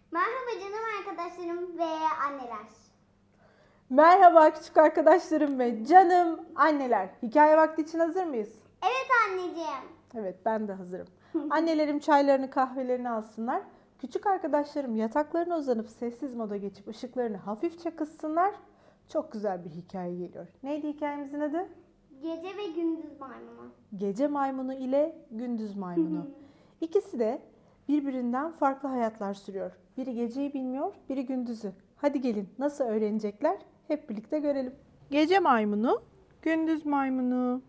Merhaba canım arkadaşlarım ve anneler. Merhaba küçük arkadaşlarım ve canım anneler. Hikaye vakti için hazır mıyız? Evet anneciğim. Evet, ben de hazırım. Annelerim çaylarını kahvelerini alsınlar. Küçük arkadaşlarım yataklarına uzanıp sessiz moda geçip ışıklarını hafifçe kıssınlar. Çok güzel bir hikaye geliyor. Neydi hikayemizin adı? Gece ve gündüz maymunu. Gece maymunu ile gündüz maymunu. İkisi de birbirinden farklı hayatlar sürüyor. Biri geceyi bilmiyor, biri gündüzü. Hadi gelin nasıl öğrenecekler? Hep birlikte görelim. Gece maymunu, gündüz maymunu.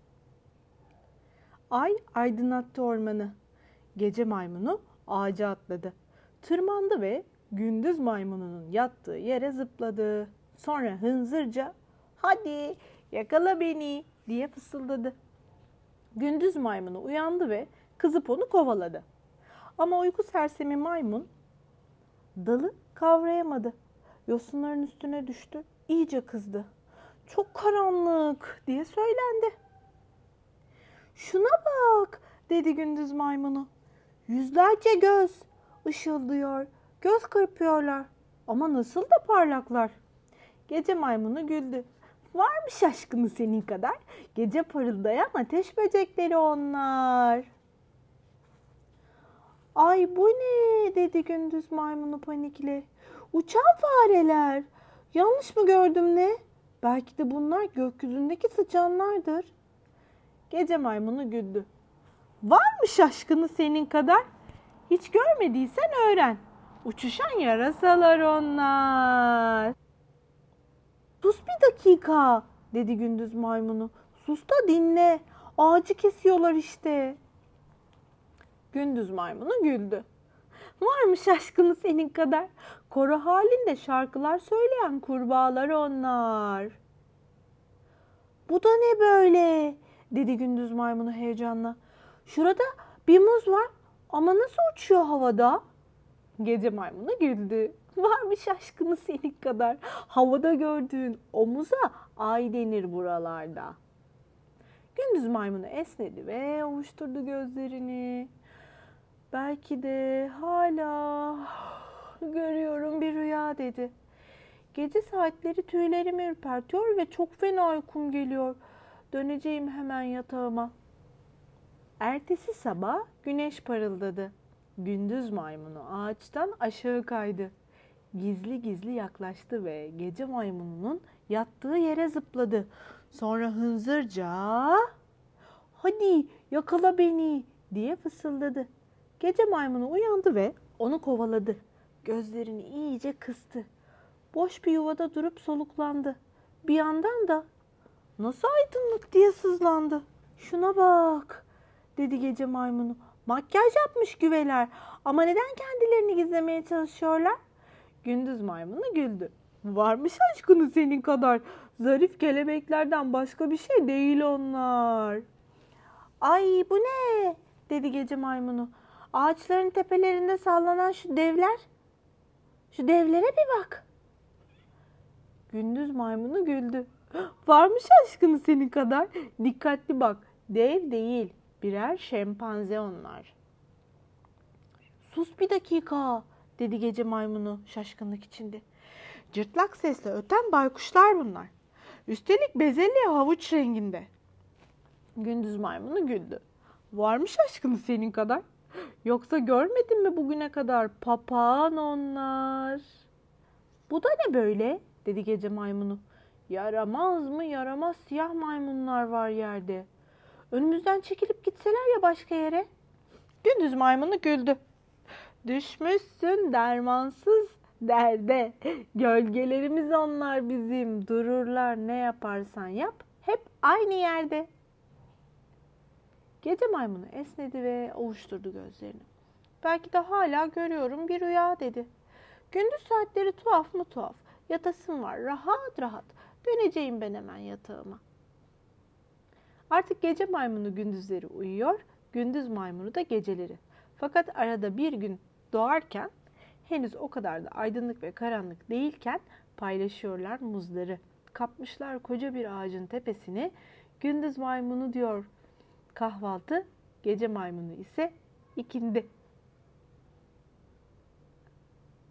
Ay aydınlattı ormanı. Gece maymunu ağaca atladı. Tırmandı ve gündüz maymununun yattığı yere zıpladı. Sonra hınzırca "Hadi yakala beni" diye fısıldadı. Gündüz maymunu uyandı ve kızıp onu kovaladı. Ama uyku sersemi maymun dalı kavrayamadı. Yosunların üstüne düştü, iyice kızdı. "Çok karanlık" diye söylendi. "Şuna bak" dedi gündüz maymunu. "Yüzlerce göz ışıldıyor, göz kırpıyorlar ama nasıl da parlaklar." Gece maymunu güldü. "Var mı şaşkını senin kadar? Gece parıldayan ateş böcekleri onlar." "Ay bu ne?" dedi gündüz maymunu panikle. "Uçan fareler. Yanlış mı gördüm ne? Belki de bunlar gökyüzündeki sıçanlardır." Gece maymunu güldü. "Var mı şaşkını senin kadar? Hiç görmediysen öğren. Uçuşan yarasalar onlar." "Sus bir dakika" dedi gündüz maymunu. "Sus da dinle. Ağacı kesiyorlar işte." Gündüz maymunu güldü. "Var mı şaşkını senin kadar? Koro halinde şarkılar söyleyen kurbağalar onlar." "Bu da ne böyle?" dedi gündüz maymunu heyecanla. "Şurada bir muz var ama nasıl uçuyor havada?" Gece maymunu güldü. "Var mı şaşkını senin kadar? Havada gördüğün o muza ay denir buralarda." Gündüz maymunu esnedi ve ovuşturdu gözlerini. "Belki de hala görüyorum bir rüya" dedi. "Gece saatleri tüylerimi ürpertiyor ve çok fena uykum geliyor. Döneceğim hemen yatağıma." Ertesi sabah güneş parıldadı. Gündüz maymunu ağaçtan aşağı kaydı. Gizli gizli yaklaştı ve gece maymununun yattığı yere zıpladı. Sonra hınzırca "Hadi yakala beni" diye fısıldadı. Gece maymunu uyandı ve onu kovaladı. Gözlerini iyice kıstı. Boş bir yuvada durup soluklandı. Bir yandan da "Nasıl aydınlık" diye sızlandı. "Şuna bak" dedi gece maymunu. "Makyaj yapmış güveler ama neden kendilerini gizlemeye çalışıyorlar?" Gündüz maymunu güldü. "Varmış aşkını senin kadar. Zarif kelebeklerden başka bir şey değil onlar." "Ay bu ne?" dedi gece maymunu. "Ağaçların tepelerinde sallanan şu devler. Şu devlere bir bak." Gündüz maymunu güldü. "Varmış aşkını senin kadar. Dikkatli bak. Dev değil, birer şempanze onlar." "Sus bir dakika" dedi gece maymunu şaşkınlık içinde. "Cırtlak sesle öten baykuşlar bunlar. Üstelik bezelye havuç renginde." Gündüz maymunu güldü. "Varmış aşkını senin kadar. Yoksa görmedin mi bugüne kadar? Papağan onlar." "Bu da ne böyle?" dedi gece maymunu. "Yaramaz mı yaramaz siyah maymunlar var yerde. Önümüzden çekilip gitseler ya başka yere." Gündüz maymunu güldü. "Düşmüşsün dermansız derde. Gölgelerimiz onlar bizim. Dururlar ne yaparsan yap. Hep aynı yerde." Gece maymunu esnedi ve ovuşturdu gözlerini. "Belki de hala görüyorum bir rüya" dedi. "Gündüz saatleri tuhaf mı tuhaf. Yatasım var rahat rahat. Döneceğim ben hemen yatağıma." Artık gece maymunu gündüzleri uyuyor, gündüz maymunu da geceleri. Fakat arada bir gün doğarken henüz o kadar da aydınlık ve karanlık değilken paylaşıyorlar muzları. Kapmışlar koca bir ağacın tepesini. Gündüz maymunu diyor kahvaltı, gece maymunu ise ikindi.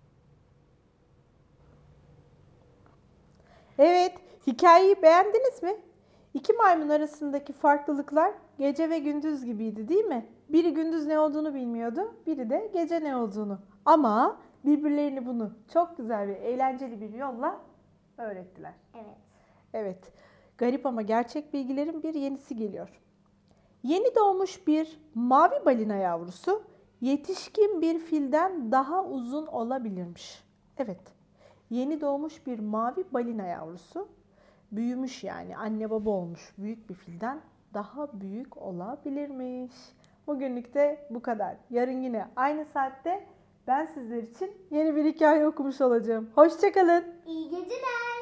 Evet, hikayeyi beğendiniz mi? İki maymun arasındaki farklılıklar gece ve gündüz gibiydi, değil mi? Biri gündüz ne olduğunu bilmiyordu, biri de gece ne olduğunu. Ama birbirlerini bunu çok güzel ve eğlenceli bir yolla öğrettiler. Evet. Evet, garip ama gerçek bilgilerin bir yenisi geliyor. Yeni doğmuş bir mavi balina yavrusu yetişkin bir filden daha uzun olabilirmiş. Evet, yeni doğmuş bir mavi balina yavrusu büyümüş, yani anne baba olmuş büyük bir filden daha büyük olabilirmiş. Bugünlük de bu kadar. Yarın yine aynı saatte ben sizler için yeni bir hikaye okumuş olacağım. Hoşça kalın. İyi geceler.